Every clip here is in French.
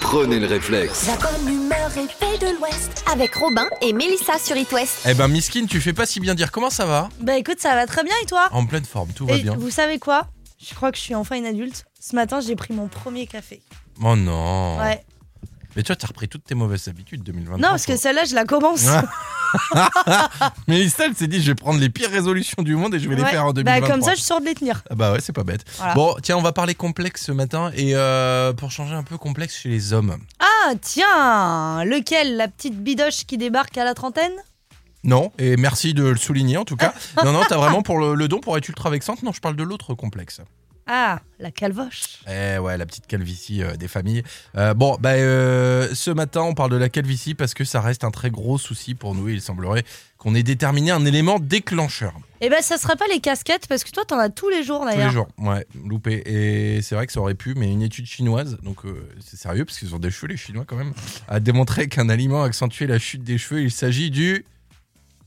Prenez le réflexe. La bonne humeur est faite de l'Ouest avec Robin et Mélissa sur It West. Eh ben Miskine, tu fais pas si bien dire. Comment ça va ? Bah écoute, ça va très bien et toi ? En pleine forme, tout va Et bien. vous savez quoi ? Je crois que je suis enfin une adulte. Ce matin, j'ai pris mon premier café. Oh non. Ouais. Mais toi, t'as repris toutes tes mauvaises habitudes 2023. Non, parce que celle-là, je la commence. Mélissa, elle s'est dit, je vais prendre les pires résolutions du monde et je vais les faire en 2023. Bah comme ça, je sors de les tenir. Ah bah ouais, c'est pas bête. Voilà. Bon, tiens, on va parler complexe ce matin et pour changer un peu complexe chez les hommes. Ah tiens, lequel ? La petite bidoche qui débarque à la trentaine ? Non, et merci de le souligner en tout cas. Non, t'as vraiment pour le don pour être ultra vexante. Non, je parle de l'autre complexe. Ah, la calvoche. Eh ouais, la petite calvitie des familles. Ce matin, on parle de la calvitie parce que ça reste un très gros souci pour nous et il semblerait qu'on ait déterminé un élément déclencheur. Eh ben, ça sera pas les casquettes parce que toi, t'en as tous les jours Tous d'ailleurs. les jours, ouais, loupé. Et c'est vrai que ça aurait pu, mais une étude chinoise, donc c'est sérieux parce qu'ils ont des cheveux les Chinois quand même, a démontré qu'un aliment accentuait la chute des cheveux. Il s'agit du... Alors ?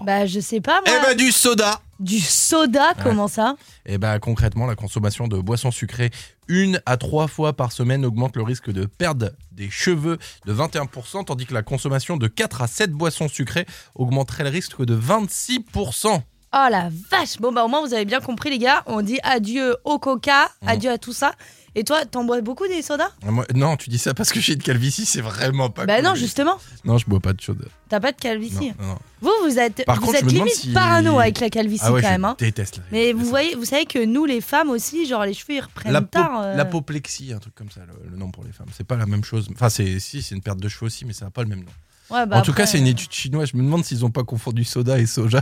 Bah je sais pas moi. Eh ben du soda. Du soda, comment ça ? Et bah concrètement, la consommation de boissons sucrées 1 à 3 fois par semaine augmente le risque de perdre des cheveux de 21%, tandis que la consommation de 4 à 7 boissons sucrées augmenterait le risque de 26%. Oh la vache. Bon bah au moins vous avez bien compris les gars. On dit adieu au coca, adieu à tout ça. Et toi, t'en bois beaucoup des sodas ? Moi, non, tu dis ça parce que j'ai une calvitie, c'est vraiment pas Bah cool. non, justement. Non, je bois pas de soda. T'as pas de calvitie. Non. Vous êtes, Par vous contre, êtes je me demande limite si- parano avec la calvitie Ah ouais, quand je même. Hein. déteste la Mais vous voyez, vous savez que nous les femmes aussi, genre les cheveux ils reprennent tard. L'apoplexie, un truc comme ça, le nom pour les femmes. C'est pas la même chose. Enfin, c'est une perte de cheveux aussi, mais ça n'a pas le même nom. Ouais, bah En tout après, cas, c'est une étude chinoise. Je me demande s'ils ont pas confondu soda et soja.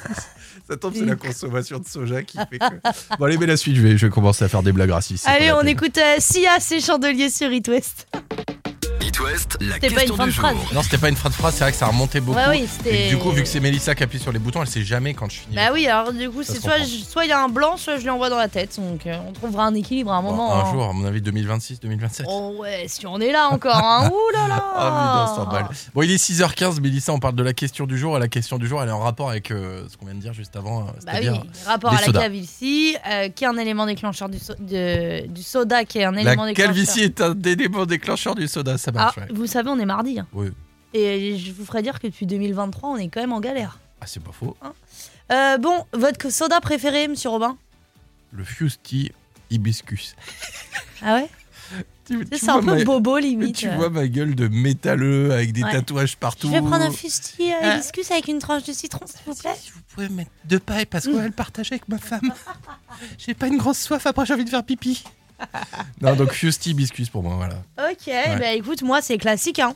Ça tombe, c'est la consommation de soja qui fait que... Bon, allez, mais la suite, je vais commencer à faire des blagues racistes. Allez, on écoute Sia, c'est Chandelier sur It West. It West, la C'était pas une question fin du de jour. phrase. Non, c'était pas une fin de phrase, c'est vrai que ça a remonté beaucoup. Ouais, oui, Et c'était. du coup, vu que c'est Mélissa qui appuie sur les boutons, elle sait jamais quand je finis. Bah oui, alors du coup, Ça c'est se comprend. soit il y a un blanc, soit je lui envoie dans la tête. Donc on trouvera un équilibre à un Bon, moment. un hein. jour, à mon avis, 2026, 2027. Oh ouais, si on est là encore, hein. Ouh là là. Ah, putain, 100 balles. Bon, il est 6h15, Mélissa, on parle de la question du jour. Et la question du jour, elle est en rapport avec ce qu'on vient de dire juste avant. Bah C'est-à-dire oui, rapport les à la sodas. calvitie, qui est un élément déclencheur du soda, qui est un la élément déclencheur. calvitie est un élément déclencheur du soda, ça Ah, marche. Ouais. vous savez, on est mardi. Hein. Oui. Et je vous ferai dire que depuis 2023, on est quand même en galère. Ah, c'est pas faux. Bon, votre soda préféré, monsieur Robin ? Le Fusty Hibiscus. Ah ouais ? Tu C'est un vois peu ma- bobo limite. Tu vois ma gueule de métalleux avec des Ouais. tatouages partout. Je vais prendre un fusti hibiscus avec une tranche de citron, s'il vous plaît. Si vous pouvez mettre 2 pailles parce qu'on va le partager avec ma femme. J'ai pas une grosse soif, après j'ai envie de faire pipi. Non, donc Fusty Hibiscus pour moi, voilà. Ok, bah écoute, moi c'est classique, hein.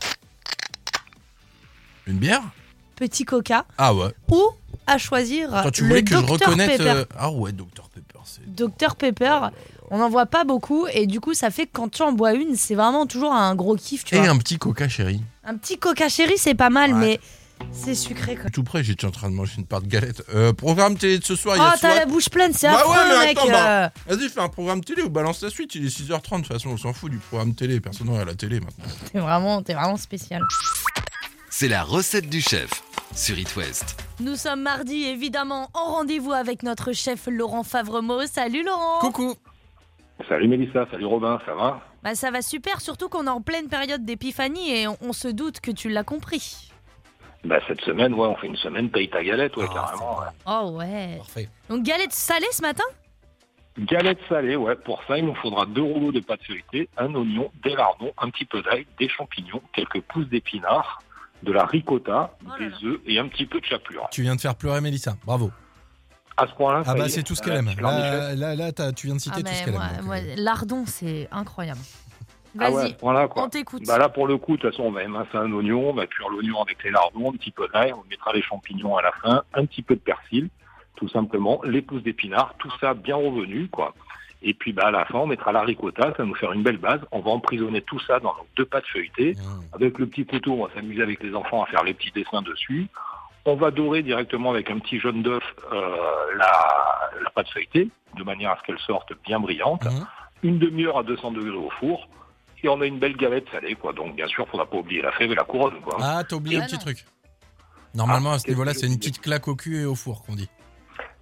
Une bière ? Petit coca Ah ouais. ou à choisir Attends, tu le voulais que je Dr reconnaisse... Pepper. Ah ouais, Dr Pepper, c'est... Dr Pepper, on n'en voit pas beaucoup et du coup ça fait que quand tu en bois une, c'est vraiment toujours un gros kiff, tu Et vois. un petit coca chéri. Un petit coca chéri, c'est pas mal, Ouais. mais c'est sucré quoi. Tout près, j'étais en train de manger une part de galette. Programme télé de ce soir, il y Oh, a t'as soit- la bouche pleine, c'est Bah affreux, ouais, mais mec. attends, bah. Vas-y, fais un programme télé ou balance la suite. Il est 6h30, de toute façon, on s'en fout du programme télé. Personne n'a la télé maintenant. T'es vraiment spécial. C'est la recette du chef sur It West. Nous sommes mardi, évidemment, en rendez-vous avec notre chef Laurent Favremo. Salut Laurent. Coucou. Salut Mélissa, salut Robin, ça va ? Bah ça va super, surtout qu'on est en pleine période d'épiphanie et on se doute que tu l'as compris. Bah cette semaine, ouais, on fait une semaine paye ta galette, ouais, carrément. Ouais. Oh ouais. Parfait. Donc galette salée ce matin ? Galette salée, ouais, pour ça il nous faudra 2 rouleaux de pâte feuilletée, un oignon, des lardons, un petit peu d'ail, des champignons, quelques pousses d'épinards, de la ricotta, Oh là des là. œufs et un petit peu de chapelure. Tu viens de faire pleurer Mélissa. Bravo. À ce point-là, Ah ça bah y est, c'est tout ce ça qu'elle va, aime. tu l'as remis, Là, tu viens de citer tout ce qu'elle aime. donc, lardon, c'est incroyable. Ah Vas-y, ouais, voilà quoi. on t'écoute. Bah là pour le coup, de toute façon on va émincer un oignon, on va cuire l'oignon avec les lardons, un petit peu d'ail, on mettra les champignons à la fin, un petit peu de persil, tout simplement, les pousses d'épinards, tout ça bien revenu quoi. Et puis bah à la fin on mettra la ricotta, ça va nous faire une belle base. On va emprisonner tout ça dans nos 2 pâtes feuilletées. Avec le petit couteau, on va s'amuser avec les enfants à faire les petits dessins dessus. On va dorer directement avec un petit jaune d'œuf la pâte feuilletée, de manière à ce qu'elle sorte bien brillante. Mhm. Une demi-heure à 200 degrés au four. Et on a une belle galette salée, quoi. Donc, bien sûr, faudra pas oublier la fève et la couronne, quoi. Ah, t'as oublié Ah un petit non. truc. Normalement, à ce qu'est-ce niveau-là, que c'est une j'ai petite claque au cul et au four qu'on dit.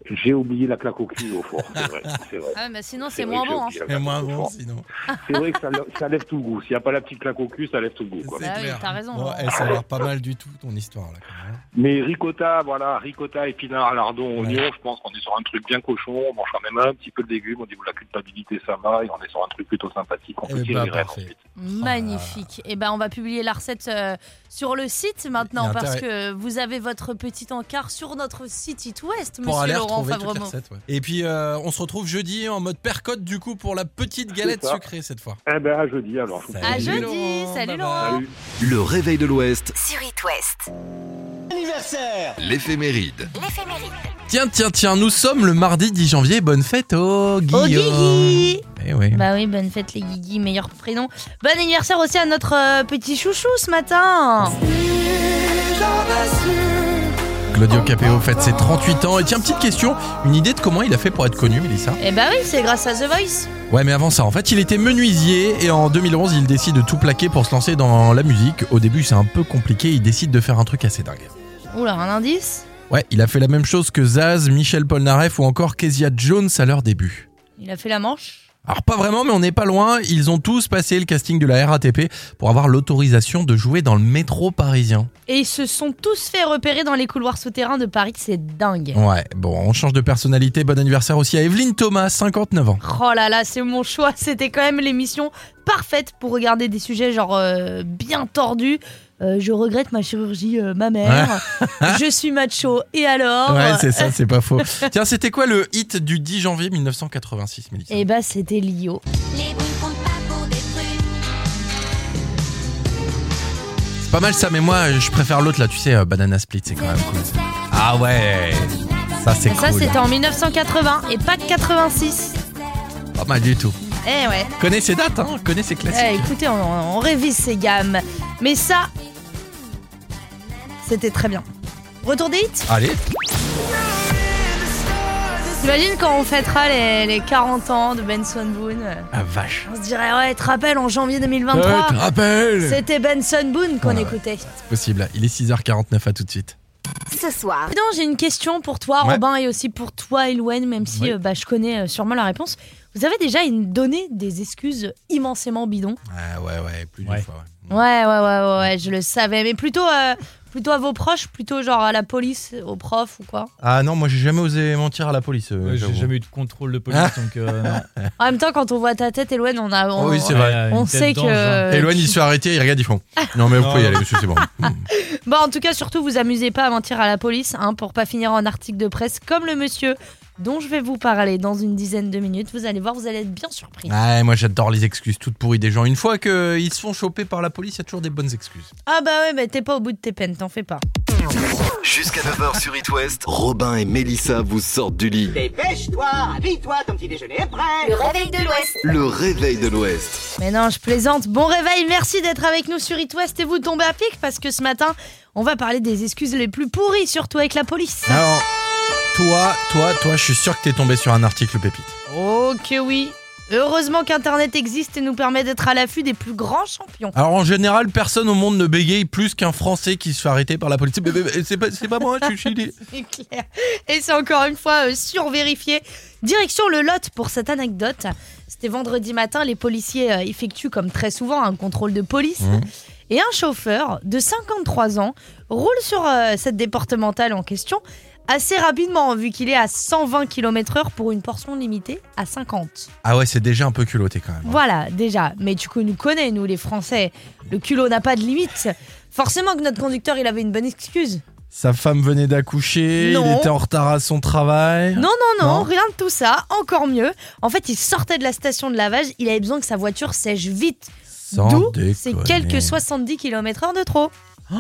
J'ai oublié la claque au cul au four, c'est vrai. Ah, bah sinon, c'est vrai moins que j'ai bon. Hein. oublié la C'est claque moins au bon four. sinon. C'est vrai que ça lève tout le goût. S'il n'y a pas la petite claque au cul, ça lève tout le goût. Quoi. C'est Bah oui, clair. t'as raison. Bon, ça a l'air pas mal du tout ton histoire là. Quand même. Mais ricotta, épinards, lardons, oignons, je pense qu'on est sur un truc bien cochon. On mange quand même un petit peu de légumes. Au niveau de la culpabilité, ça va. Et on est sur un truc plutôt sympathique. On peut Eh tirer bah, les rêves parfait. ensuite. Magnifique. Et ben on va publier la recette sur le site maintenant Il y a parce intérêt. que vous avez votre petit encart sur notre site It West, Pour aller monsieur Laurent retrouver toutes les Favremont. recettes. Ouais. Et puis on se retrouve jeudi en mode percote du coup pour la petite galette C'est ça. sucrée cette fois. Eh ben, à jeudi alors. je vous Salut À dis. jeudi. Laurent, Salut bye Laurent. Salut. Le réveil de l'Ouest, Sur It West. l'éphéméride. Tiens, nous sommes le mardi 10 janvier. Bonne fête au Guillaume. Oh Guigui. Eh oui. Bah oui, bonne fête les Guigui, meilleur prénom. Bon anniversaire aussi à notre petit chouchou ce matin. Claudio Capéo fête ses 38 ans. Et tiens, petite question, une idée de comment il a fait pour être connu, Mélissa? Eh bah oui, c'est grâce à The Voice. Ouais, mais avant ça, en fait, il était menuisier et en 2011, il décide de tout plaquer pour se lancer dans la musique. Au début, c'est un peu compliqué, il décide de faire un truc assez dingue. Oula, un indice. Ouais, il a fait la même chose que Zaz, Michel Polnareff ou encore Kezia Jones à leur début. Il a fait la manche. Alors pas vraiment, mais on n'est pas loin, ils ont tous passé le casting de la RATP pour avoir l'autorisation de jouer dans le métro parisien. Et ils se sont tous fait repérer dans les couloirs souterrains de Paris, c'est dingue. Ouais, bon, on change de personnalité, bon anniversaire aussi à Evelyne Thomas, 59 ans. Oh là là, c'est mon choix. C'était quand même l'émission parfaite pour regarder des sujets genre bien tordus. Je regrette ma chirurgie mammaire. Je suis macho. Et alors Ouais, c'est ça, c'est pas faux. Tiens, c'était quoi le hit du 10 janvier 1986, Mélissa? Eh bah, c'était Lio. Les boules comptent pas pour des trucs. C'est pas mal ça, mais moi, je préfère l'autre là, tu sais, Banana Split, c'est quand même cool. Ah ouais, ça c'est Et ça, cool. c'était en 1980 et pas 86. Pas mal du tout. Eh ouais. Connais ces dates, hein, connais ces classiques. Eh, écoutez, on révise ces gammes. Mais ça, c'était très bien. Retour des hits. Allez. T'imagines quand on fêtera les 40 ans de Benson Boone, Ah vache. on se dirait, ouais, tu te rappelles, en janvier 2023, te rappelle. c'était Benson Boone qu'on Ouais. écoutait. C'est possible, il est 6h49, à tout de suite. Ce soir, Non, j'ai une question pour toi, Ouais. Robin, et aussi pour toi, Elouen, même si Oui. je connais sûrement la réponse. Vous avez déjà donné des excuses immensément bidons? Ah ouais, plus d'une fois. Ouais. Ouais, je le savais. Mais plutôt à vos proches, plutôt genre à la police, aux profs ou quoi? Ah non, moi j'ai jamais osé mentir à la police. Ouais, j'avoue. j'ai jamais eu de contrôle de police, donc non. En même temps, quand on voit ta tête, Elouen, Oh oui, c'est vrai. Une on tête sait d'ange, hein. que... Éloigne, ils se fait arrêter, ils regardent, ils font. Non mais vous pouvez y aller, monsieur, c'est bon. Bon, en tout cas, surtout, vous amusez pas à mentir à la police, hein, pour pas finir en article de presse comme le monsieur dont je vais vous parler dans une dizaine de minutes. Vous allez voir, vous allez être bien surpris. Ouais, moi j'adore les excuses toutes pourries des gens. Une fois qu'ils se font choper par la police, il y a toujours des bonnes excuses. Ah bah ouais, mais t'es pas au bout de tes peines, t'en fais pas. Jusqu'à 9h sur It West, Robin et Mélissa vous sortent du lit. Dépêche-toi, habille-toi, ton petit déjeuner est prêt. le réveil de l'Ouest. Le réveil de l'Ouest. Mais non, je plaisante. Bon réveil, merci d'être avec nous sur It West et vous tombez à pic parce que ce matin, on va parler des excuses les plus pourries, surtout avec la police. Alors, toi, je suis sûr que t'es tombé sur un article pépite. Oh que oui. Heureusement qu'Internet existe et nous permet d'être à l'affût des plus grands champions. Alors en général, personne au monde ne bégaye plus qu'un Français qui se fait arrêter par la police. Mais c'est pas moi, je suis... C'est clair. Et c'est encore une fois survérifié. Direction le Lot pour cette anecdote. C'était vendredi matin, les policiers effectuent comme très souvent un contrôle de police. Et un chauffeur de 53 ans roule sur cette départementale en question assez rapidement, vu qu'il est à 120 km/h pour une portion limitée à 50. Ah ouais, c'est déjà un peu culotté quand même. Voilà, déjà. Mais nous connais, nous les Français. Le culot n'a pas de limite. Forcément que notre conducteur, il avait une bonne excuse. Sa femme venait d'accoucher, Non. il était en retard à son travail. Non, Non. rien de tout ça. Encore mieux. En fait, il sortait de la station de lavage. Il avait besoin que sa voiture sèche vite. Sans D'où déconner. c'est quelques 70 km/h de trop.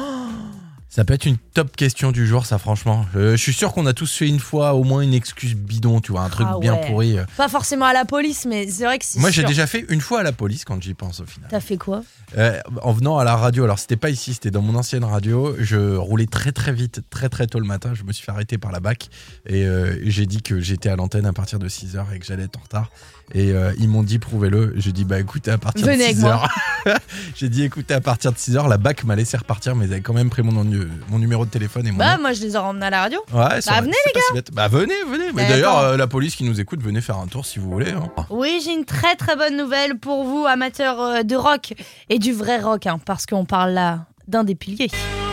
Ça peut être une top question du jour, ça, franchement. Je suis sûr qu'on a tous fait une fois au moins une excuse bidon, tu vois, un truc Ah bien ouais. pourri. Pas forcément à la police, mais c'est vrai que c'est Moi, j'ai sûr. déjà fait une fois à la police quand j'y pense au final. T'as fait quoi? En venant à la radio, alors c'était pas ici, c'était dans mon ancienne radio, je roulais très très vite, très très tôt le matin, je me suis fait arrêter par la BAC et j'ai dit que j'étais à l'antenne à partir de 6h et que j'allais être en retard. Et ils m'ont dit prouvez-le, j'ai dit bah écoutez à partir Venez de avec 6h. J'ai dit écoutez à partir de 6h, la BAC m'a laissé repartir mais ils avaient quand même pris mon mon numéro de téléphone et mon Bah, nom. moi, je les aurais emmenés à la radio. Ouais, c'est vrai, venez, c'est pas si bête. Bah venez. Mais d'ailleurs, la police qui nous écoute, venez faire un tour si vous voulez. Hein. Oui, j'ai une très très bonne nouvelle pour vous, amateurs de rock et du vrai rock, hein, parce qu'on parle là d'un des piliers.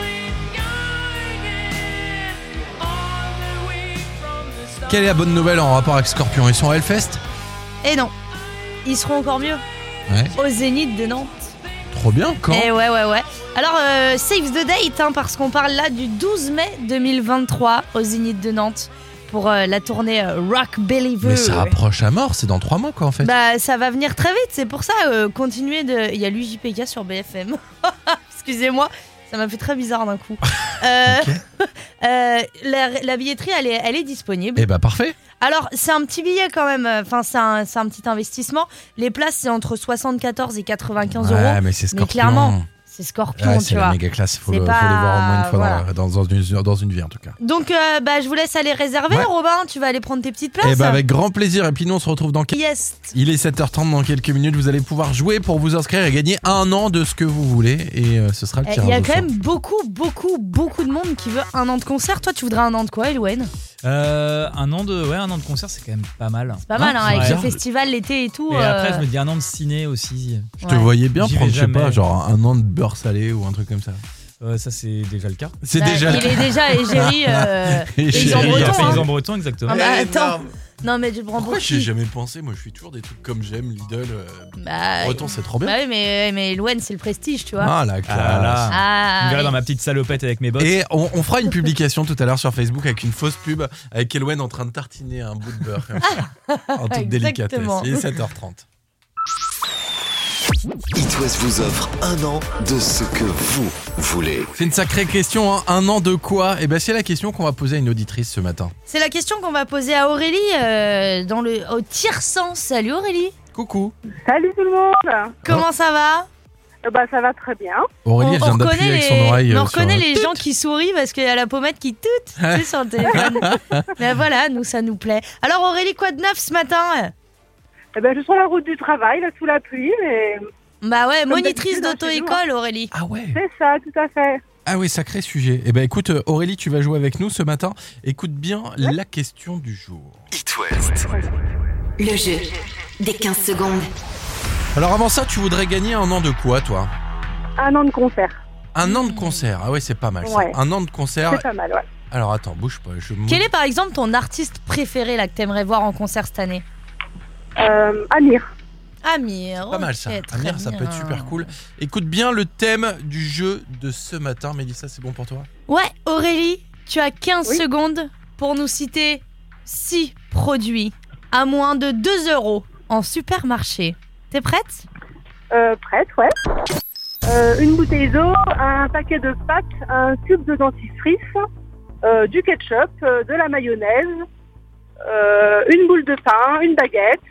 Quelle est la bonne nouvelle en rapport avec Scorpion? Ils sont à Hellfest? Et non, ils seront encore mieux Ouais. au Zénith de Nantes. Trop bien, quand? Et ouais. Alors, save the date, hein, parce qu'on parle là du 12 mai 2023 au Zénith de Nantes pour la tournée Rock Believer. Mais ça approche à mort, c'est dans 3 mois quoi en fait. Bah, ça va venir très vite, c'est pour ça, continuez de... Il y a lui JPK sur BFM. Excusez-moi, ça m'a fait très bizarre d'un coup. La billetterie, elle est disponible. Eh bah parfait. Alors, c'est un petit billet quand même, enfin, c'est un petit investissement. Les places, c'est entre 74 et 95 euros. Ouais, mais c'est Scorpion. Mais clairement, c'est Scorpion, Ouais, tu c'est vois. la méga classe, faut C'est les voir au moins une fois voilà. dans une vie en tout cas. Donc, je vous laisse aller réserver, Ouais. Robin. Tu vas aller prendre tes petites places. Eh bah avec grand plaisir. Et puis nous on se retrouve dans Yes. Il est 7h30 dans quelques minutes. Vous allez pouvoir jouer pour vous inscrire et gagner 1 an de ce que vous voulez. Et ce sera le tirage. Il y a au quand sort. même beaucoup de monde qui veut 1 an de concert. Toi, tu voudrais 1 an de quoi, Elouen? Un an de concert, c'est quand même pas mal. C'est pas mal, hein, c'est avec bien. le festival, l'été et tout. Et après, je me dis 1 an de ciné aussi. Je te voyais bien J'y prendre, vais je sais pas, jamais. genre 1 an de beurre salé ou un truc comme ça. Ça, c'est déjà le cas. C'est Bah, déjà. il est déjà égérie. Égérie. Paysans bretons, Paysans hein. bretons, exactement. Ah bah, attends. Non, mais je prends Pourquoi pour j'y ai qui? jamais pensé? Moi je fais toujours des trucs comme j'aime, Lidl, Bah, breton, c'est trop bien. Bah oui, mais Elouen, c'est le prestige, tu vois. Ah la classe. Ah là. Vous Ah, me verrez oui. dans ma petite salopette avec mes bottes. Et on fera une publication tout à l'heure sur Facebook avec une fausse pub avec Elwen en train de tartiner un bout de beurre comme ça, en toute délicatesse. Exactement. Il est 7h30. It West vous offre 1 an de ce que vous voulez. C'est une sacrée question, hein. 1 an de quoi? Eh ben c'est la question qu'on va poser à une auditrice ce matin. C'est la question qu'on va poser à Aurélie au tiers-sens. Salut Aurélie. Coucou. Salut tout le monde. Comment ça va? Bah ça va très bien. Aurélie, elle vient d'appuyer avec son oreille. on sur reconnaît un- les gens qui sourient parce qu'il y a la pommette qui toute tu sais, sur le téléphone. Mais voilà, nous ça nous plaît. Alors Aurélie, quoi de neuf ce matin? Eh ben je suis sur la route du travail, là sous la pluie, mais Bah ouais, Comme monitrice d'habitude, hein, chez d'auto-école Aurélie. Ah ouais. c'est ça, tout à fait. Ah oui, sacré sujet. Eh ben écoute, Aurélie, tu vas jouer avec nous ce matin. Écoute bien la question du jour. It West. Le jeu des 15 secondes. Alors avant ça, tu voudrais gagner 1 an de quoi, toi? 1 an de concert, 1 an de concert. Ah ouais, c'est pas mal ça. Ouais. 1 an de concert. c'est pas mal, ouais. Alors attends, bouge pas. Quel est par exemple ton artiste préféré là que t'aimerais voir en concert cette année? Amir. Amir. Pas mal ça. ok, très Amir, ça peut être bien. super cool. Écoute bien le thème du jeu de ce matin. Mélissa, c'est bon pour toi? Ouais, Aurélie, tu as 15 Oui. secondes pour nous citer 6 produits à moins de 2 € en supermarché. T'es prête? Prête, ouais. Une bouteille d'eau, un paquet de pâtes, un tube de dentifrice, du ketchup, de la mayonnaise, une boule de pain, une baguette.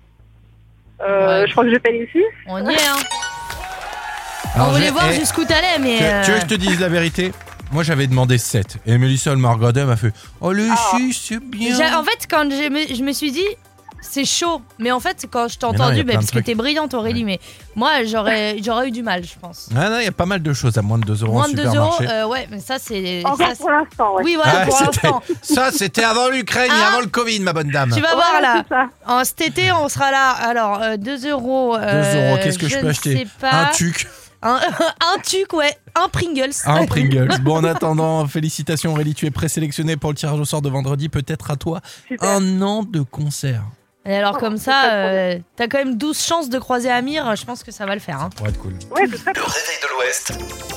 Ouais. Je crois que j'ai payé ici. On y est, hein. Alors, On voulait j'ai- voir eh, jusqu'où t'allais, mais... Tu veux que je te dise la vérité? Moi j'avais demandé 7. Et Mélissa, elle m'a regardé, elle m'a fait oh le 6, c'est bien. En fait, quand je me suis dit, c'est chaud. Mais en fait, quand je t'ai Mais non, il y entendu, a plein de parce que trucs. t'es brillante, Aurélie, mais moi, j'aurais eu du mal, je pense. Ah non, il y a pas mal de choses à moins de 2 € en Moins de 2 supermarché. €, ouais, mais ça, c'est... Encore ça, pour l'instant, ouais. oui, voilà, Ah, pour c'était- l'instant. Ça, c'était avant l'Ukraine et Ah. avant le Covid, ma bonne dame. Tu vas voir, Voilà, là. c'est ça. En cet été, on sera là. Alors, 2 €. 2 €, qu'est-ce que je peux ne acheter? sais pas. Un tuc, Un tuc, ouais. Un Pringles. un Pringles. Bon, en attendant, félicitations Aurélie, tu es présélectionnée pour le tirage au sort de vendredi. Peut-être à toi Super. 1 an de concert. Et alors, comme c'est ça, très trop t'as quand même 12 chances de croiser Amir. Je pense que ça va le faire. Hein. Pour être cool. Ouais, c'est très Le réveil de l'Ouest.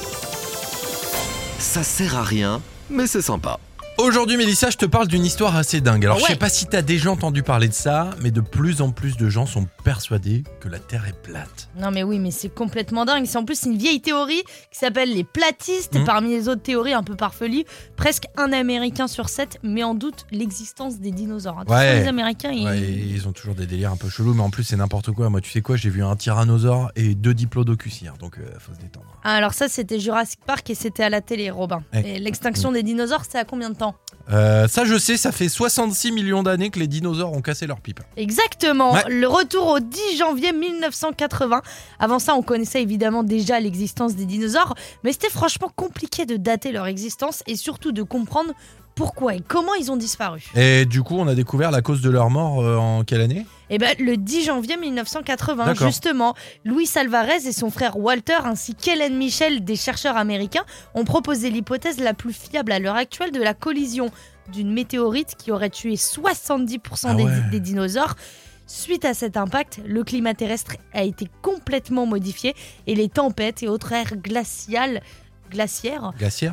Ça sert à rien, mais c'est sympa. Aujourd'hui, Mélissa, je te parle d'une histoire assez dingue. Alors, Ah je sais ouais. pas si t'as déjà entendu parler de ça, mais de plus en plus de gens sont persuadés que la Terre est plate. Non, mais oui, mais c'est complètement dingue. C'est en plus une vieille théorie qui s'appelle les platistes. Mhm. Et parmi les autres théories un peu farfelues, presque un Américain sur 7 met en doute l'existence des dinosaures. Hein. Tu Ouais. sais, les Américains, ils... Ouais, ils ont toujours des délires un peu chelous, mais en plus, c'est n'importe quoi. Moi, tu sais quoi, j'ai vu un tyrannosaure et 2 diplodocus hier, donc faut se détendre. Ah, alors ça, c'était Jurassic Park et c'était à la télé, Robin. Ouais. Et l'extinction des dinosaures, c'est à combien de temps? ans. Ça je sais, ça fait 66 millions d'années que les dinosaures ont cassé leur pipe. Exactement, Ouais. le retour au 10 janvier 1980. Avant ça, on connaissait évidemment déjà l'existence des dinosaures, mais c'était franchement compliqué de dater leur existence et surtout de comprendre pourquoi et comment ils ont disparu. Et du coup, on a découvert la cause de leur mort en quelle année ? Et ben le 10 janvier 1980, D'accord. justement, Luis Alvarez et son frère Walter ainsi qu'Hélène Michel, des chercheurs américains, ont proposé l'hypothèse la plus fiable à l'heure actuelle de la collision d'une météorite qui aurait tué 70% des dinosaures. Suite à cet impact, le climat terrestre a été complètement modifié et les tempêtes et autres ères glaciaires Glaciaire ?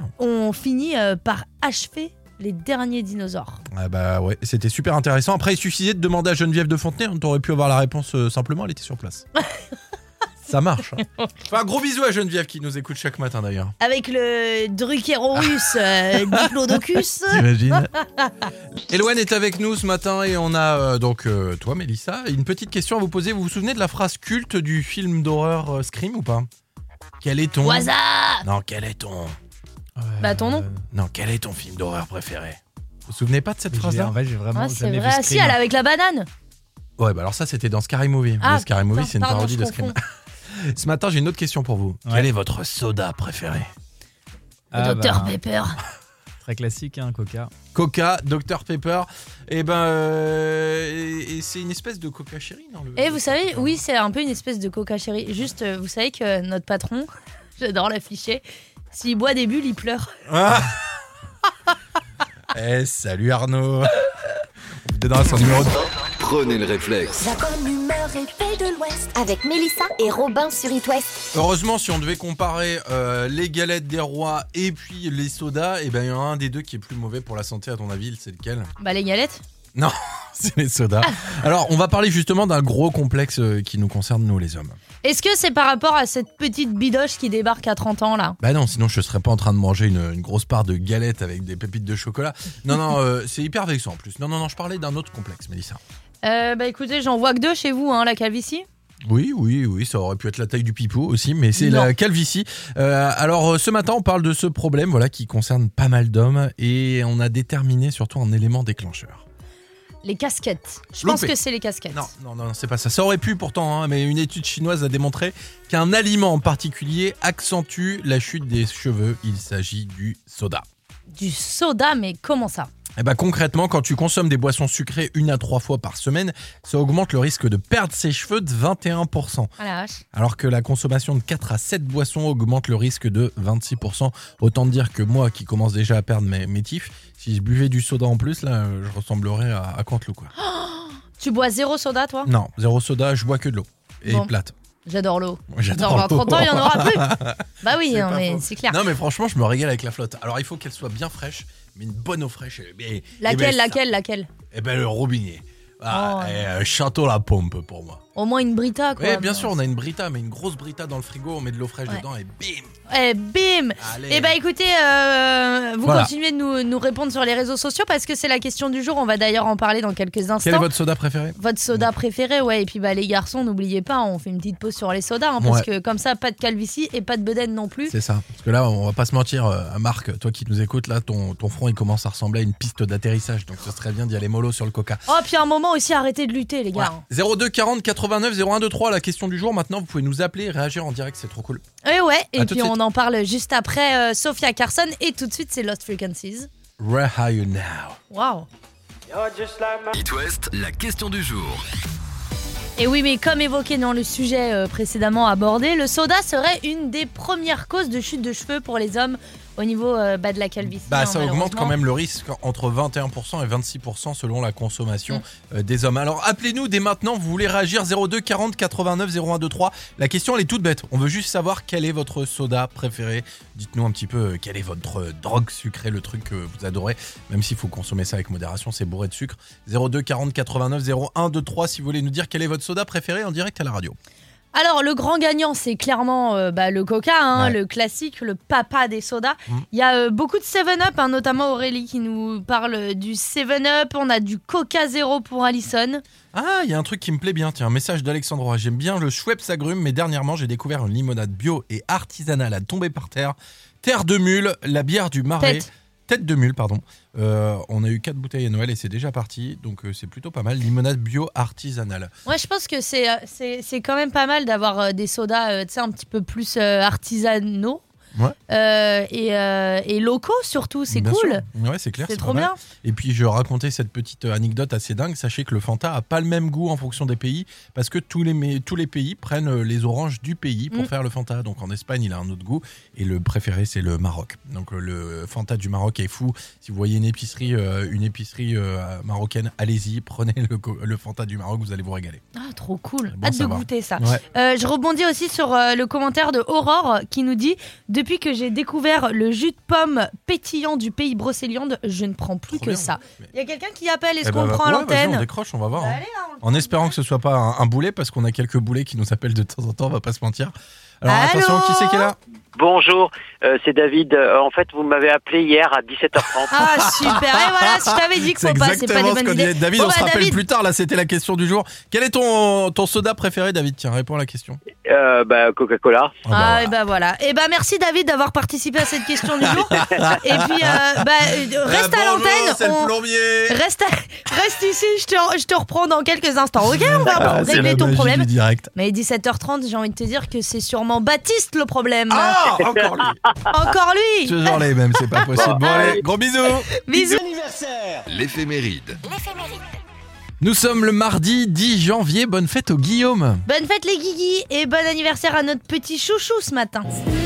ont fini par achever les derniers dinosaures. Ah bah ouais, c'était super intéressant. Après, il suffisait de demander à Geneviève de Fontenay, on aurait pu avoir la réponse simplement, elle était sur place. Ça marche. Hein. Enfin, un gros bisou à Geneviève qui nous écoute chaque matin d'ailleurs. Avec le Druckerorus Diplodocus. T'imagines ? Eloane est avec nous ce matin et on a donc toi Mélissa, une petite question à vous poser. Vous vous souvenez de la phrase culte du film d'horreur Scream ou pas ? Quel est ton... Waza. Non, quel est ton... Bah ton nom. Non, quel est ton film d'horreur préféré ? Vous vous souvenez pas de cette phrase-là ? En vrai, j'ai vraiment Ah, c'est jamais vrai. vu Ah, si, Scream. elle avec la banane. Ouais, bah alors ça c'était dans Scary Movie. Ah, Le Scary Movie, putain, c'est une pardon, parodie je de Scream. confonds. Ce matin, j'ai une autre question pour vous. Ouais. Quel est votre soda préféré ? Le Dr bah, Pepper. Très classique, hein, Coca. Coca, Dr Pepper. Et et c'est une espèce de Coca Chéri, non le- Et vous savez, oui, c'est un peu une espèce de Coca Chéri. Juste, vous savez que notre patron, j'adore l'afficher, s'il boit des bulles, il pleure. Ah salut Arnaud. On vous donnera son numéro de... Prenez le réflexe. La bonne humeur et paix de l'Ouest avec Mélissa et Robin sur It West. Heureusement, si on devait comparer les galettes des rois et puis les sodas, et ben il y en a un des deux qui est plus mauvais pour la santé à ton avis, c'est lequel ? Bah les galettes. Non, c'est les sodas. Alors, on va parler justement d'un gros complexe qui nous concerne nous les hommes. Est-ce que c'est par rapport à cette petite bidoche qui débarque à 30 ans là ? Bah non, sinon je serais pas en train de manger une grosse part de galettes avec des pépites de chocolat. Non, c'est hyper vexant en plus. Non, je parlais d'un autre complexe, Mélissa. Bah écoutez, j'en vois que deux chez vous, hein, la calvitie. Oui, ça aurait pu être la taille du pipeau aussi, mais c'est Non. la calvitie. Alors ce matin, on parle de ce problème voilà, qui concerne pas mal d'hommes et on a déterminé surtout un élément déclencheur. Les casquettes. Je pense Loupé. que c'est les casquettes. Non, c'est pas ça. Ça aurait pu pourtant, hein, mais une étude chinoise a démontré qu'un aliment en particulier accentue la chute des cheveux. Il s'agit du soda. Du soda, mais comment ça ? Eh ben concrètement, quand tu consommes des boissons sucrées 1 à 3 fois par semaine, ça augmente le risque de perdre ses cheveux de 21%. Ah la vache. Alors que la consommation de 4 à 7 boissons augmente le risque de 26%. Autant dire que moi, qui commence déjà à perdre mes tifs, si je buvais du soda en plus, là, je ressemblerais à Canteloup, quoi. Tu bois zéro soda, toi ? Non, zéro soda, je bois que de l'eau. Et Bon. plate. J'adore l'eau. J'adore Dans 30 ans, il y en aura plus. Bah oui, C'est non, pas mais faux. c'est clair. Non, mais franchement, je me régale avec la flotte. Alors, il faut qu'elle soit bien fraîche, mais une bonne eau fraîche. Laquelle Eh ben, le robinet. Ah, Oh. Château la pompe pour moi. Au moins une Brita, quoi. Oui, bien sûr, on a une Brita, mais une grosse Brita dans le frigo, on met de l'eau fraîche Ouais. dedans et bim. Eh, bim. Allez. Eh bah écoutez, vous Voilà. continuez de nous répondre sur les réseaux sociaux parce que c'est la question du jour. On va d'ailleurs en parler dans quelques instants. Quel est votre soda préféré ? Votre soda préféré, ouais. Et puis bah les garçons, n'oubliez pas, on fait une petite pause sur les sodas, hein, parce Ouais. que comme ça, pas de calvitie et pas de bedaine non plus. C'est ça. Parce que là, on va pas se mentir, Marc, toi qui nous écoutes, là, ton front, il commence à ressembler à une piste d'atterrissage. Donc, ce serait bien d'y aller mollo sur le coca. Oh, puis à un moment aussi, arrêtez de lutter, les gars. 02 40 89 01 23, la question du jour. Maintenant, vous pouvez nous appeler et réagir en direct, c'est trop cool. Et ouais, et À tout puis de on suite. en parle juste après Sophia Carson. Et tout de suite, c'est Lost Frequencies. Where are you now? Waouh. It West, la question du jour. Et oui, mais comme évoqué dans le sujet précédemment abordé, le soda serait une des premières causes de chute de cheveux pour les hommes au niveau de la calvitie. Bah, hein, ça augmente malheureusement. quand même le risque entre 21% et 26% selon la consommation des hommes. Alors appelez-nous dès maintenant, vous voulez réagir 02 40 89 01 23. La question elle est toute bête, on veut juste savoir quel est votre soda préféré. Dites-nous un petit peu quelle est votre drogue sucrée, le truc que vous adorez, même s'il faut consommer ça avec modération, c'est bourré de sucre. 02 40 89 01 23 si vous voulez nous dire quel est votre soda préféré en direct à la radio. Alors, le grand gagnant, c'est clairement le Coca, hein, Ouais. le classique, le papa des sodas. Il y a beaucoup de 7-Up, hein, notamment Aurélie qui nous parle du 7-Up. On a du Coca Zéro pour Alison. Ah, il y a un truc qui me plaît bien, tiens, un message d'Alexandre. J'aime bien le Schweppes agrumes, mais dernièrement j'ai découvert une limonade bio et artisanale à tomber par terre. Terre de mule, la bière du Marais. tête de mule, pardon. On a eu 4 bouteilles à Noël et c'est déjà parti, donc c'est plutôt pas mal. Limonade bio artisanale. Ouais, je pense que c'est quand même pas mal d'avoir des sodas, tu sais, un petit peu plus artisanaux. Ouais. Et locaux surtout, c'est Bien cool. sûr. Ouais, c'est clair. C'est pas trop mal. bien. Et puis je racontais cette petite anecdote assez dingue. Sachez que le Fanta a pas le même goût en fonction des pays parce que tous les pays prennent les oranges du pays pour faire le Fanta. Donc en Espagne, il a un autre goût et le préféré c'est le Maroc. Donc le Fanta du Maroc est fou. Si vous voyez une épicerie marocaine, allez-y, prenez le Fanta du Maroc, vous allez vous régaler. Ah, trop cool. Bon, Hâte ça de va. goûter ça. Ouais. Je rebondis aussi sur le commentaire de Aurore qui nous dit: depuis que j'ai découvert le jus de pomme pétillant du pays brocéliande, je ne prends plus Trop que bien. ça. Il y a quelqu'un qui appelle, est-ce Eh qu'on ben, le prend à ouais, l'antenne? vas-y, on décroche, on va voir. Bah, hein. allez, là, on le En prend. espérant que ce soit pas un boulet, parce qu'on a quelques boulets qui nous appellent de temps en temps, on va pas se mentir. Alors Allô attention, qui c'est qui est là? Bonjour, c'est David. En fait, vous m'avez appelé hier à 17h30. Ah, super. Et voilà, je t'avais dit qu'il C'est faut pas, c'est pas exactement des ce bonnes qu'on idées. disait. David, Bon, on se bah, rappelle David, plus tard, là c'était la question du jour. Quel est ton soda préféré, David? Tiens, réponds à la question. Coca-Cola. et bah voilà. Et bah merci David d'avoir participé à cette question du jour. Et puis reste à l'antenne. C'est le plombier. Reste ici, je te reprends dans quelques instants. Ok, on va C'est régler la ton magie problème. du direct. Mais 17h30, j'ai envie de te dire que c'est sûrement Baptiste le problème. Ah, encore lui. Encore lui. Toujours les mêmes, c'est pas possible. Bon, allez, gros bisous. Bisous. L'éphéméride. Nous sommes le mardi 10 janvier. Bonne fête au Guillaume. Bonne fête les Guigui et bon anniversaire à notre petit chouchou ce matin.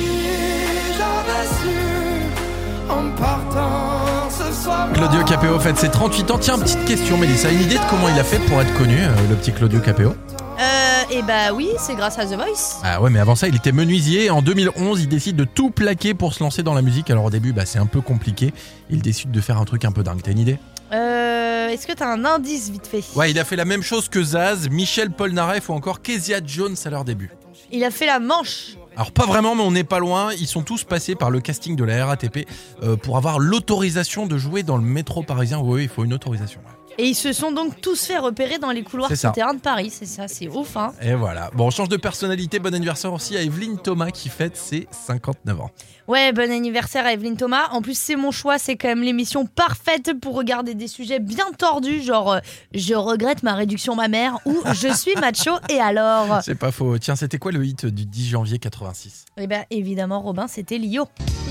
Claudio Capéo fête ses 38 ans. Tiens, petite question, Mélissa. Une idée de comment il a fait pour être connu, le petit Claudio Capéo? Et bah oui, c'est grâce à The Voice. Ah ouais, mais avant ça, il était menuisier. En 2011, il décide de tout plaquer pour se lancer dans la musique. Alors au début, c'est un peu compliqué. Il décide de faire un truc un peu dingue. T'as une idée? Est-ce que t'as un indice vite fait? Ouais, il a fait la même chose que Zaz, Michel Polnareff ou encore Kezia Jones à leur début. Il a fait la manche. Alors pas vraiment, mais on n'est pas loin. Ils sont tous passés par le casting de la RATP pour avoir l'autorisation de jouer dans le métro parisien. Oui, il faut une autorisation. Et ils se sont donc tous fait repérer dans les couloirs C'est ça. souterrains de Paris. C'est ça, c'est ouf, hein. Et voilà. Bon, on change de personnalité. Bon anniversaire aussi à Evelyne Thomas qui fête ses 59 ans. Ouais, bon anniversaire à Evelyne Thomas. En plus, c'est mon choix. C'est quand même l'émission parfaite pour regarder des sujets bien tordus, genre je regrette ma réduction mammaire ou je suis macho et alors. C'est pas faux. Tiens, c'était quoi le hit du 10 janvier 86? Eh ben, évidemment, Robin, c'était Lio.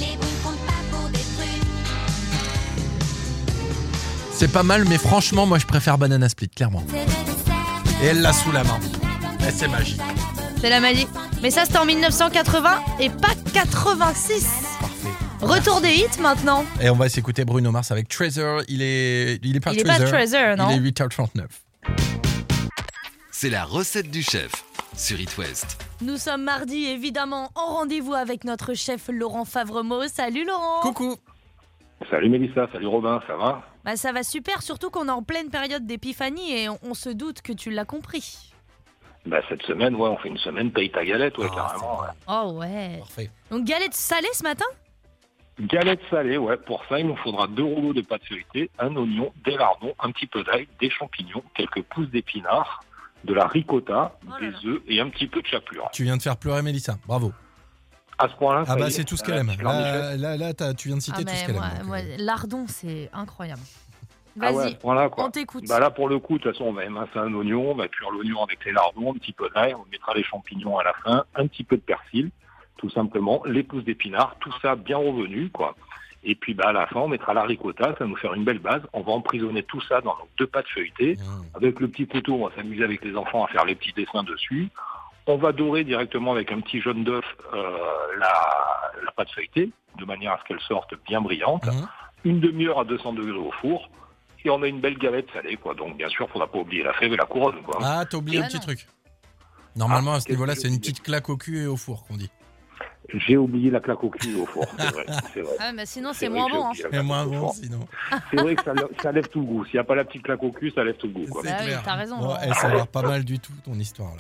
C'est pas mal, mais franchement, moi je préfère Banana Split, clairement. Et elle l'a sous la main. Et c'est magique. C'est la magie. Mais ça, c'était en 1980 et pas 86. Parfait. Retour des hits maintenant. Et on va s'écouter Bruno Mars avec Treasure. Il est pas Il est Treasure. pas Treasure, non? Il est 8h39. C'est la recette du chef sur It West. Nous sommes mardi, évidemment, en rendez-vous avec notre chef Laurent Favremo. Salut Laurent. Coucou. Salut Mélissa, salut Robin, ça va? Bah ça va super, surtout qu'on est en pleine période d'épiphanie et on se doute que tu l'as compris. Cette semaine, on fait une semaine paye ta galette, carrément. c'est vrai. Oh ouais. Parfait. Donc galette salée ce matin? Galette salée, pour ça, il nous faudra 2 rouleaux de pâte feuilletée, un oignon, des lardons, un petit peu d'ail, des champignons, quelques pousses d'épinards, de la ricotta, des œufs et un petit peu de chapelure. Tu viens de faire pleurer Mélissa. Bravo. À ce point-là, Ah ça bah y est, c'est tout ce qu'elle aime. super Michel. Là, tu viens de citer tout ce qu'elle aime. moi, lardon, c'est incroyable. Ah ouais, à Vas-y, ce point-là, quoi. on t'écoute. Là, pour le coup, de toute façon, on va émincer un oignon, on va cuire l'oignon avec les lardons, un petit peu d'ail, on mettra les champignons à la fin, un petit peu de persil, tout simplement, les pousses d'épinards, tout ça bien revenu, quoi. Et puis, à la fin, on mettra la ricotta, ça va nous faire une belle base. On va emprisonner tout ça dans nos 2 pâtes feuilletées. Avec le petit couteau, on va s'amuser avec les enfants à faire les petits dessins dessus. On va dorer directement avec un petit jaune d'œuf la pâte feuilletée, de manière à ce qu'elle sorte bien brillante. Une demi-heure à 200 degrés au four. Et on a une belle galette salée, quoi. Donc, bien sûr, il ne faudra pas oublier la fève et la couronne, quoi. Ah, t'as oublié un petit truc. Normalement, à ce niveau-là, c'est une petite claque au cul et au four qu'on dit. J'ai oublié la claque au cul au four, c'est vrai. Ah, mais sinon, c'est vrai moins que j'ai bon. Hein. oublié la C'est claque moins au bon four. sinon. C'est vrai que ça lève tout le goût. S'il n'y a pas la petite claque au cul, ça lève tout le goût, quoi. C'est Bah oui, clair. t'as raison. Bon, ça a l'air pas mal du tout ton histoire là. Quand même.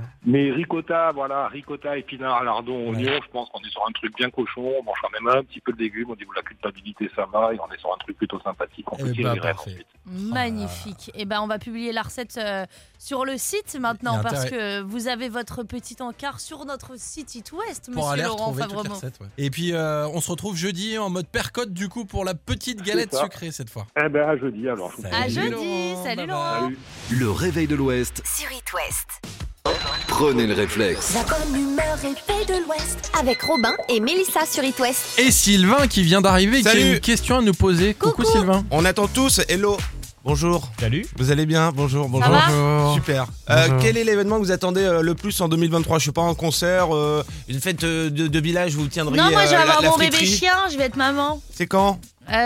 Mais ricotta, épinards, lardons, oignons, je pense qu'on est sur un truc bien cochon. On mange quand même un petit peu de légumes. Au niveau de la culpabilité, ça va. Et on est sur un truc plutôt sympathique. On peut tirer les rênes ensuite. Magnifique. Et ben on va publier la recette sur le site maintenant parce que vous avez votre petit encart sur notre site It West, pour monsieur aller Laurent retrouver toutes les Favremont. recettes, ouais. Et puis on se retrouve jeudi en mode percote du coup pour la petite galette sucrée cette fois. Eh ben à jeudi alors. À jeudi. Salut Laurent. Salut. Le réveil de l'Ouest Sur It West. Prenez le réflexe. La bonne humeur réveil de l'Ouest avec Robin et Mélissa sur It West. Et Sylvain qui vient d'arriver et qui a Salut. une question à nous poser. Coucou Sylvain. On attend tous. Hello. Bonjour. Salut. Vous allez bien? Bonjour. Ça va Bonjour. Super. Bonjour. Quel est l'événement que vous attendez le plus en 2023? Je sais pas, un concert, une fête de village où vous tiendriez Non, moi je vais avoir la mon bébé friterie. chien, je vais être maman. C'est quand?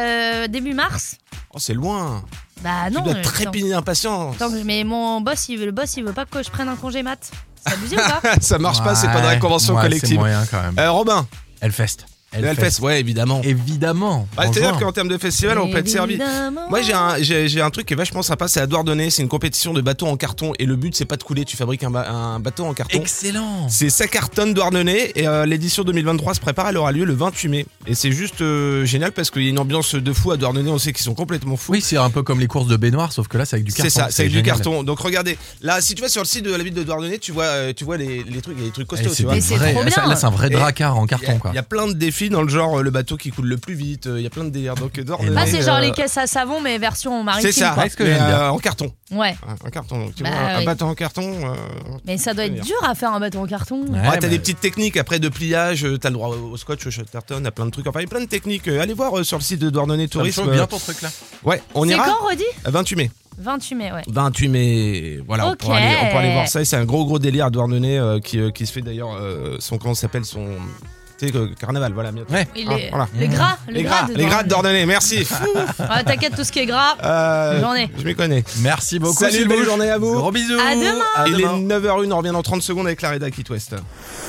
Début mars. Oh, c'est loin. Bah non. Tu dois trépigner d'impatience. Mais mon boss, il veut pas que je prenne un congé mat. C'est abusé ou pas? Ça marche pas, c'est pas dans la convention Ouais, C'est collective. moyen quand même. Robin. Hellfest. Le Hellfest, ouais, évidemment. Évidemment. Bah, c'est-à-dire Bonjour. qu'en termes de festival, on peut être servi. Évidemment. Moi, j'ai un truc qui est vachement sympa, c'est à Douarnenez. C'est une compétition de bateaux en carton. Et le but, c'est pas de couler, tu fabriques un bateau en carton. Excellent. C'est ça cartonne Douarnenez. Et l'édition 2023 se prépare, elle aura lieu le 28 mai. Et c'est juste génial parce qu'il y a une ambiance de fou à Douarnenez. On sait qu'ils sont complètement fous. Oui, c'est un peu comme les courses de baignoire, sauf que là, c'est avec du carton. C'est ça, c'est avec du génial. carton. Donc regardez, là, si tu vas sur le site de la ville de Douarnenez, tu vois les trucs, il y a des trucs Et costauds, tu c'est vois. des c'est vrais- trop bien. Là, c'est un vrai Et dracard en carton, quoi. Il y a plein de défis dans le genre le bateau qui coule le plus vite. Il y a plein de délires. Donc Douarnenez. Ah, c'est genre les caisses à savon, mais version maritime. C'est ça, quoi. ce que j'aime bien. en carton. Ouais. En carton. Donc, tu Bah, vois, un oui. bateau en carton. Mais ça doit être dur à faire un bateau en carton. Ouais, t'as bah, des petites techniques après de pliage, t'as le droit au scotch, au Chatterton, à plein de trucs. Enfin, il y a plein de techniques. Allez voir sur le site de Douarnenez ça me Tourisme. chauffe bien ton truc là. Ouais, on C'est ira. quand, redit 28 mai. 28 mai, ouais. 28 mai. Voilà, Ok. on pourra aller voir ça. Et c'est un gros délire à Douarnenez qui se fait d'ailleurs. Comment ça s'appelle son. Tu sais, carnaval, voilà. Bientôt. Ouais. Et voilà. les gras, Les gras de Douarnenez, merci. Ah, t'inquiète, tout ce qui est gras, j'en ai. Je m'y connais. Merci beaucoup. Salut, Sylvain. belle journée à vous. Gros bisous. À demain. À Il est demain. 9h01, on revient dans 30 secondes avec la rédac It West.